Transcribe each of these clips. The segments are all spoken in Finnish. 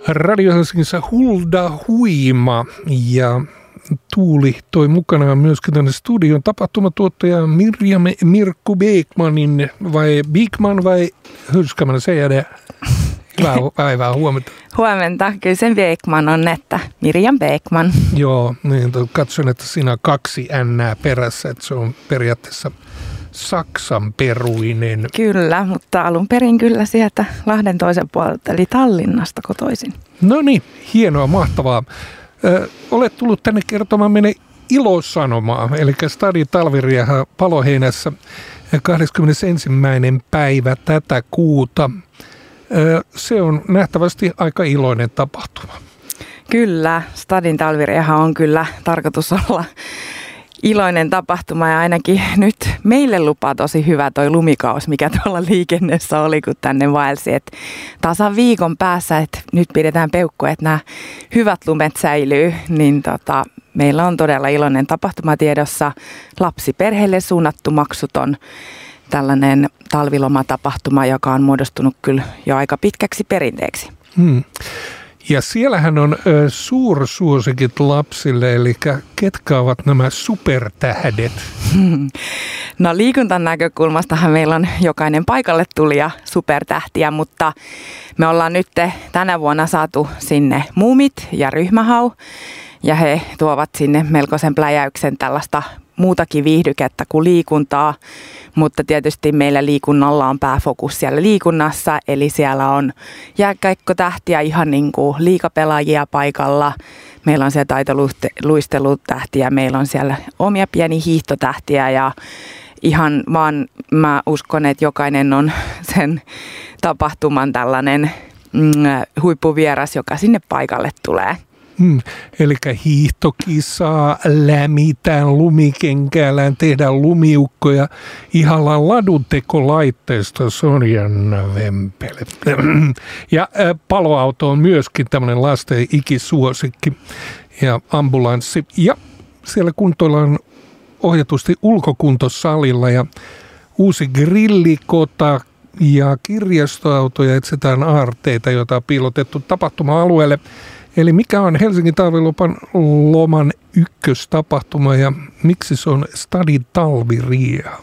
Radio Helsingissä Hulda Huima ja Tuuli toi mukanaan myöskin tänne studion tapahtumatuottaja Mirjam Mirkku Beekmanin vai Beekman vai hur ska man säga det? Hyvää päivää, huomenta. Huomenta, kyllä sen Beekman on, että Mirjam Beekman. Joo, niin katson, että siinä on 2 N:ää perässä, että se on periaatteessa saksanperuinen. Kyllä, mutta alun perin kyllä sieltä Lahden toisen puolelta, eli Tallinnasta kotoisin. No niin, hienoa, mahtavaa. Olet tullut tänne kertomaan meille ilosanomaa, eli Stadi Talvirieha Paloheinässä 21. päivä tätä kuuta. Se on nähtävästi aika iloinen tapahtuma. Kyllä, Stadin Talvirieha on kyllä tarkoitus olla iloinen tapahtuma ja ainakin nyt meille lupaa tosi hyvä toi lumikaus, mikä tuolla liikenteessä oli, kun tänne vaelsi. Et tasan viikon päässä, että nyt pidetään peukkua, että nämä hyvät lumet säilyy, niin meillä on todella iloinen tapahtuma tiedossa. Lapsiperheille suunnattu maksuton tällainen talvilomatapahtuma, joka on muodostunut kyllä jo aika pitkäksi perinteeksi. Ja siellähän on suursuosikit lapsille, eli ketkä ovat nämä supertähdet? No liikuntan näkökulmastahan meillä on jokainen paikalle tulija supertähtiä, mutta me ollaan nyt tänä vuonna saatu sinne Muumit ja Ryhmähau, ja he tuovat sinne melkoisen pläjäyksen tällaista muutakin viihdykettä kuin liikuntaa, mutta tietysti meillä liikunnalla on pääfokus siellä liikunnassa, eli siellä on jääkiekkotähtiä ihan niin kuin liigapelaajia paikalla, meillä on siellä taitoluistelutähtiä, meillä on siellä omia pieniä hiihtotähtiä ja ihan vaan mä uskon, että jokainen on sen tapahtuman tällainen huippuvieras, joka sinne paikalle tulee. Eli hiihtokisaa, lämitään lumikenkäällään, tehdään lumiukkoja, ihalla laduntekolaitteista, Sonjan Vempele. Ja paloauto on myöskin tämmöinen lasten ikisuosikki ja ambulanssi. Ja siellä kuntoillaan ohjatusti ulkokuntosalilla ja uusi grillikota ja kirjastoautoja, etsitään aarteita, joita on piilotettu tapahtuma-alueelle. Eli mikä on Helsingin talviloman ykköstapahtuma ja miksi se on Stadi Talvirieha?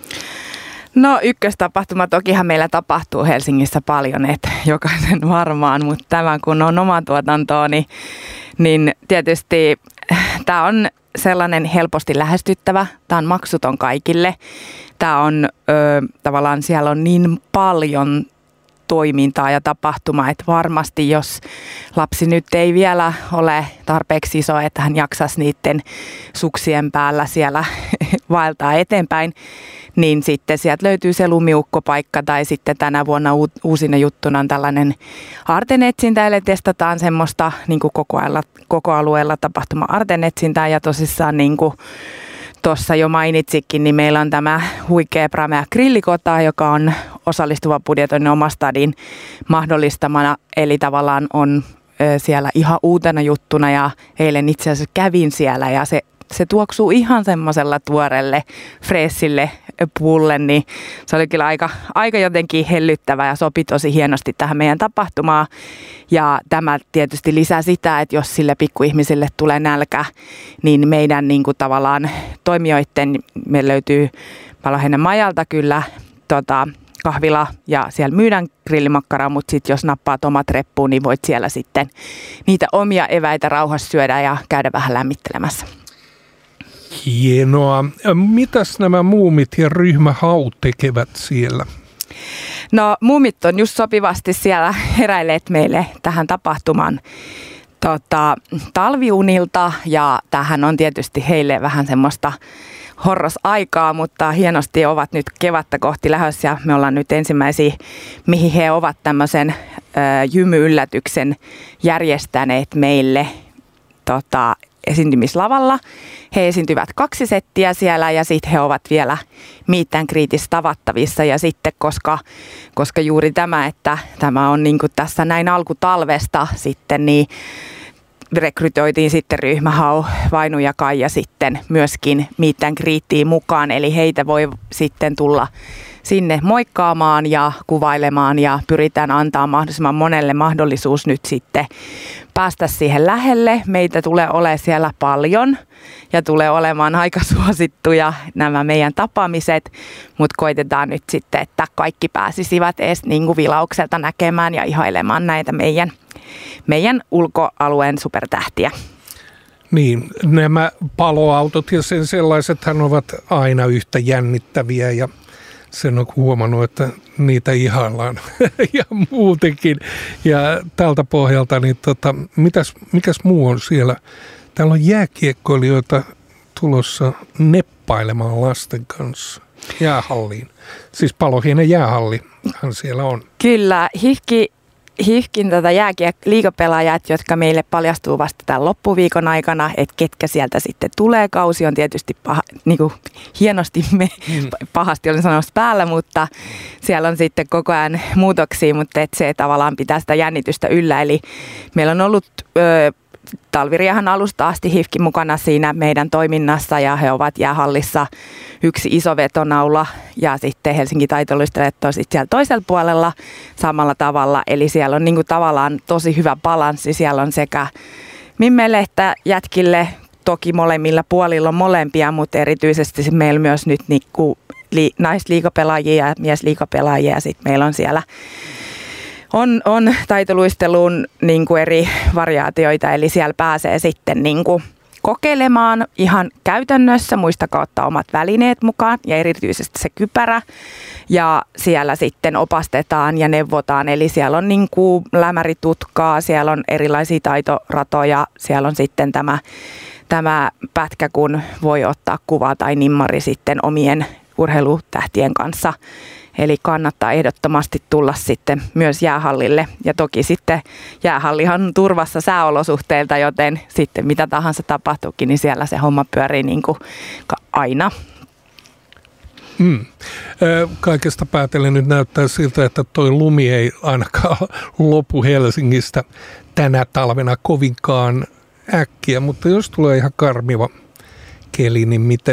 No ykköstapahtuma tokihan meillä tapahtuu Helsingissä paljon, että jokaisen varmaan, mutta tämä kun on oma tuotantoa, niin tietysti tämä on sellainen helposti lähestyttävä, tämä on maksuton kaikille. Tämä on tavallaan siellä on niin paljon toimintaa ja tapahtumaa, että varmasti jos lapsi nyt ei vielä ole tarpeeksi iso, että hän jaksaisi niiden suksien päällä siellä vaeltaa eteenpäin, niin sitten sieltä löytyy se lumiukkopaikka tai sitten tänä vuonna uusina juttuna on tällainen aartenetsintä, eli testataan semmoista niin kuin koko alueella tapahtuma aartenetsintää ja tosissaan niin kuin tuossa jo mainitsikin, niin meillä on tämä huikea Pramea grillikota, joka on osallistuva budjetoinnin oma stadin mahdollistamana, eli tavallaan on siellä ihan uutena juttuna ja eilen itse asiassa kävin siellä ja se tuoksuu ihan semmoisella tuorelle, freessille puulle, niin se oli kyllä aika jotenkin hellyttävä ja sopi tosi hienosti tähän meidän tapahtumaan. Ja tämä tietysti lisää sitä, että jos sille pikkuihmisille tulee nälkä, niin meidän niin kuin tavallaan toimijoiden, me löytyy Paloheinän majalta kyllä kahvila ja siellä myydään grillimakkaraa, mutta sitten jos nappaat omat reppuun, niin voit siellä sitten niitä omia eväitä rauhassa syödä ja käydä vähän lämmittelemässä. Hienoa. Mitäs nämä Muumit ja Ryhmähau tekevät siellä? No Muumit on just sopivasti siellä heräilleet meille tähän tapahtumaan talviunilta ja tähän on tietysti heille vähän semmoista horrosaikaa, mutta hienosti ovat nyt kevättä kohti lähdössä ja me ollaan nyt ensimmäisiä, mihin he ovat tämmöisen jymyyllätyksen järjestäneet meille esiintymislavalla. He esiintyvät 2 settiä siellä ja sitten he ovat vielä meet and greetissä tavattavissa ja sitten koska juuri tämä, että tämä on niin kuin tässä näin alkutalvesta sitten, niin rekrytoitiin sitten Ryhmähau, Vainu ja Kaija sitten myöskin meet and greetiin mukaan, eli heitä voi sitten tulla sinne moikkaamaan ja kuvailemaan ja pyritään antaa mahdollisimman monelle mahdollisuus nyt sitten päästä siihen lähelle. Meitä tulee olemaan siellä paljon ja tulee olemaan aika suosittuja nämä meidän tapaamiset, mutta koitetaan nyt sitten, että kaikki pääsisivät edes niin kuin vilaukselta näkemään ja ihailemaan näitä meidän ulkoalueen supertähtiä. Niin, nämä paloautot ja sen sellaisethan ovat aina yhtä jännittäviä ja sen on huomannut, että niitä ihaillaan ja muutenkin. Ja tältä pohjalta, niin mikäs muu on siellä? Täällä on jääkiekkoilijoita tulossa neppailemaan lasten kanssa jäähalliin. Siis Palohienen jäähallihan siellä on. Kyllä, HIFKin liigapelaajat, jotka meille paljastuu vasta tämän loppuviikon aikana, että ketkä sieltä sitten tulee. Kausi on tietysti hienosti pahasti olen sanonut päällä, mutta siellä on sitten koko ajan muutoksia, mutta et se tavallaan pitää sitä jännitystä yllä. Eli meillä on ollut Talviriahan alusta asti HIFKin mukana siinä meidän toiminnassa ja he ovat jäähallissa yksi iso vetonaula ja sitten Helsingin taitoluistelet sitten siellä toisella puolella samalla tavalla. Eli siellä on niinku tavallaan tosi hyvä balanssi. Siellä on sekä mimmeille että jätkille, toki molemmilla puolilla on molempia, mutta erityisesti meillä myös nyt niinku naisliigapelaajia ja miesliigapelaajia ja sitten meillä on siellä on taitoluisteluun niin kuin eri variaatioita, eli siellä pääsee sitten niin kuin kokeilemaan ihan käytännössä, muistakaa ottaa omat välineet mukaan ja erityisesti se kypärä. Ja siellä sitten opastetaan ja neuvotaan, eli siellä on niin kuin lämäritutkaa, siellä on erilaisia taitoratoja, siellä on sitten tämä pätkä, kun voi ottaa kuva tai nimmari sitten omien urheilutähtien kanssa. Eli kannattaa ehdottomasti tulla sitten myös jäähallille. Ja toki sitten jäähallihan on turvassa sääolosuhteilta, joten sitten mitä tahansa tapahtuukin, niin siellä se homma pyörii niin kuin aina. Kaikesta päätellen nyt näyttää siltä, että toi lumi ei ainakaan lopu Helsingistä tänä talvena kovinkaan äkkiä. Mutta jos tulee ihan karmiva keli, niin miten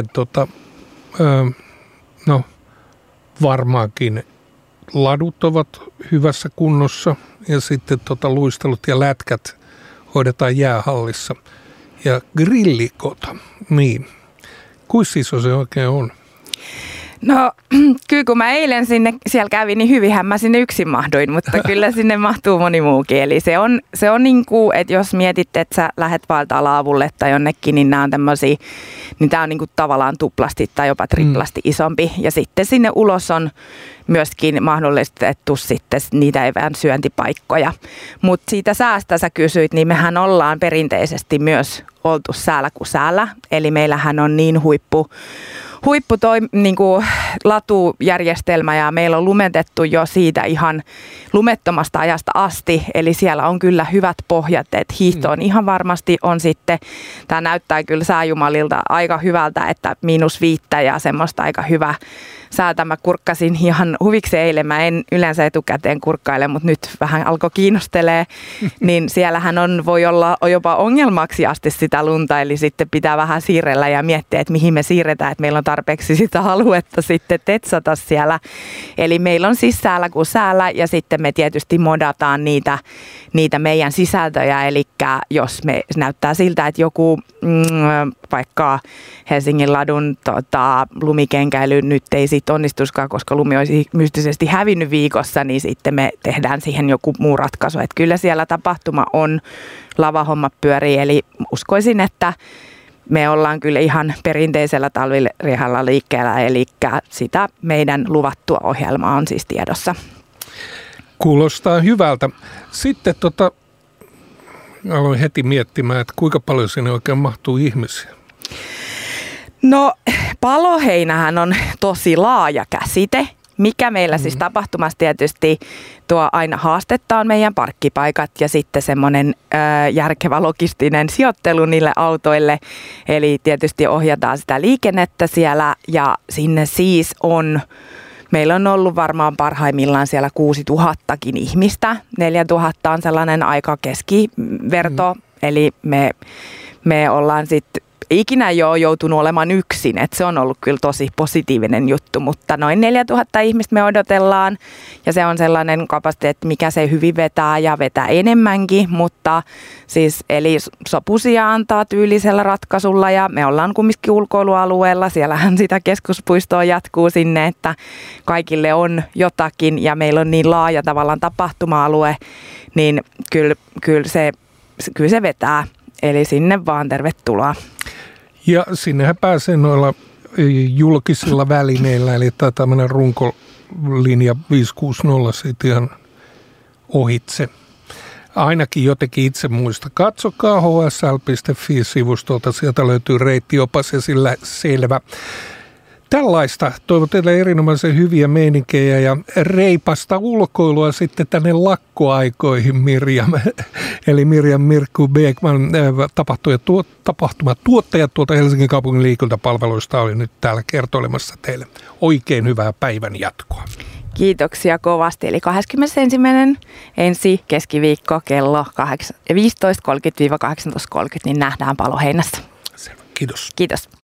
varmaankin ladut ovat hyvässä kunnossa ja sitten luistelut ja lätkät hoidetaan jäähallissa. Ja grillikota, niin kuinka iso se oikein on? No kyllä kun mä eilen siellä kävin, niin hyvinhän mä sinne yksin mahduin, mutta kyllä sinne mahtuu moni muukin. Eli se on niin kuin, että jos mietit, että sä lähdet valtaa laavulle tai jonnekin, niin nämä on tämmöisiä, niin tää on niin kuin tavallaan tuplasti tai jopa triplasti isompi. Ja sitten sinne ulos on myöskin mahdollistettu sitten niitä evään syöntipaikkoja. Mutta siitä säästä sä kysyit, niin mehän ollaan perinteisesti oltu säällä kuin säällä. Eli meillähän on niin huippu niinku latujärjestelmä ja meillä on lumetettu jo siitä ihan lumettomasta ajasta asti. Eli siellä on kyllä hyvät pohjat, että hiihto on ihan varmasti on sitten, tämä näyttää kyllä sääjumalilta aika hyvältä, että -5 ja semmoista aika hyvä säätä. Mä kurkkasin ihan huviksi eilen, mä en yleensä etukäteen kurkkaile, mutta nyt vähän alkoi kiinnostelee, niin siellähän voi olla jopa ongelmaksi asti sitä lunta, eli sitten pitää vähän siirrellä ja miettiä, että mihin me siirretään, että meillä on tarpeeksi sitä aluetta sitten tetsata siellä. Eli meillä on siis säällä kuin säällä ja sitten me tietysti modataan niitä meidän sisältöjä, eli jos me näyttää siltä, että joku vaikka Helsingin ladun lumikenkäily nyt ei sitten onnistuskaan, koska lumi olisi mystisesti hävinnyt viikossa, niin sitten me tehdään siihen joku muu ratkaisu. Että kyllä siellä tapahtuma on, lavahomma pyörii, eli uskoisin, että me ollaan kyllä ihan perinteisellä talvirihalla liikkeellä, eli sitä meidän luvattua ohjelmaa on siis tiedossa. Kuulostaa hyvältä. Sitten aloin heti miettimään, että kuinka paljon sinne oikein mahtuu ihmisiä. No Paloheinähän on tosi laaja käsite. Mikä meillä siis tapahtumassa tietysti tuo aina haastetta on meidän parkkipaikat ja sitten semmoinen järkevä logistinen sijoittelu niille autoille. Eli tietysti ohjataan sitä liikennettä siellä ja sinne siis meillä on ollut varmaan parhaimmillaan siellä 6000kin ihmistä. 4000 on sellainen aika keskiverto, eli me ollaan sitten ikinä ei ole joutunut olemaan yksin, että se on ollut kyllä tosi positiivinen juttu, mutta noin 4000 ihmistä me odotellaan ja se on sellainen kapasiteetti, mikä se hyvin vetää ja vetää enemmänkin, mutta siis eli sopusia antaa tyylisellä ratkaisulla ja me ollaan kumminkin ulkoilualueella, siellähän sitä keskuspuistoa jatkuu sinne, että kaikille on jotakin ja meillä on niin laaja tavallaan tapahtuma-alue, niin kyllä se vetää. Eli sinne vaan tervetuloa. Ja sinnehän pääsee noilla julkisilla välineillä, eli tämä tämmöinen runkolinja 560 siitä ihan ohitse. Ainakin jotenkin itse muista. Katsokaa hsl.fi-sivustolta, sieltä löytyy reittiopas ja sillä selvä. Tällaista. Toivon teille erinomaisen hyviä meininkejä ja reipasta ulkoilua sitten tänne lakkoaikoihin, Mirjam. Eli Mirjam Mirkku Beekman, tapahtumatuottaja tuolta Helsingin kaupungin liikuntapalveluista oli nyt täällä kertoilemassa teille. Oikein hyvää päivän jatkoa. Kiitoksia kovasti. Eli 21. ensi keskiviikko kello 15.30-18.30, niin nähdään Paloheinässä. Selvä. Kiitos. Kiitos.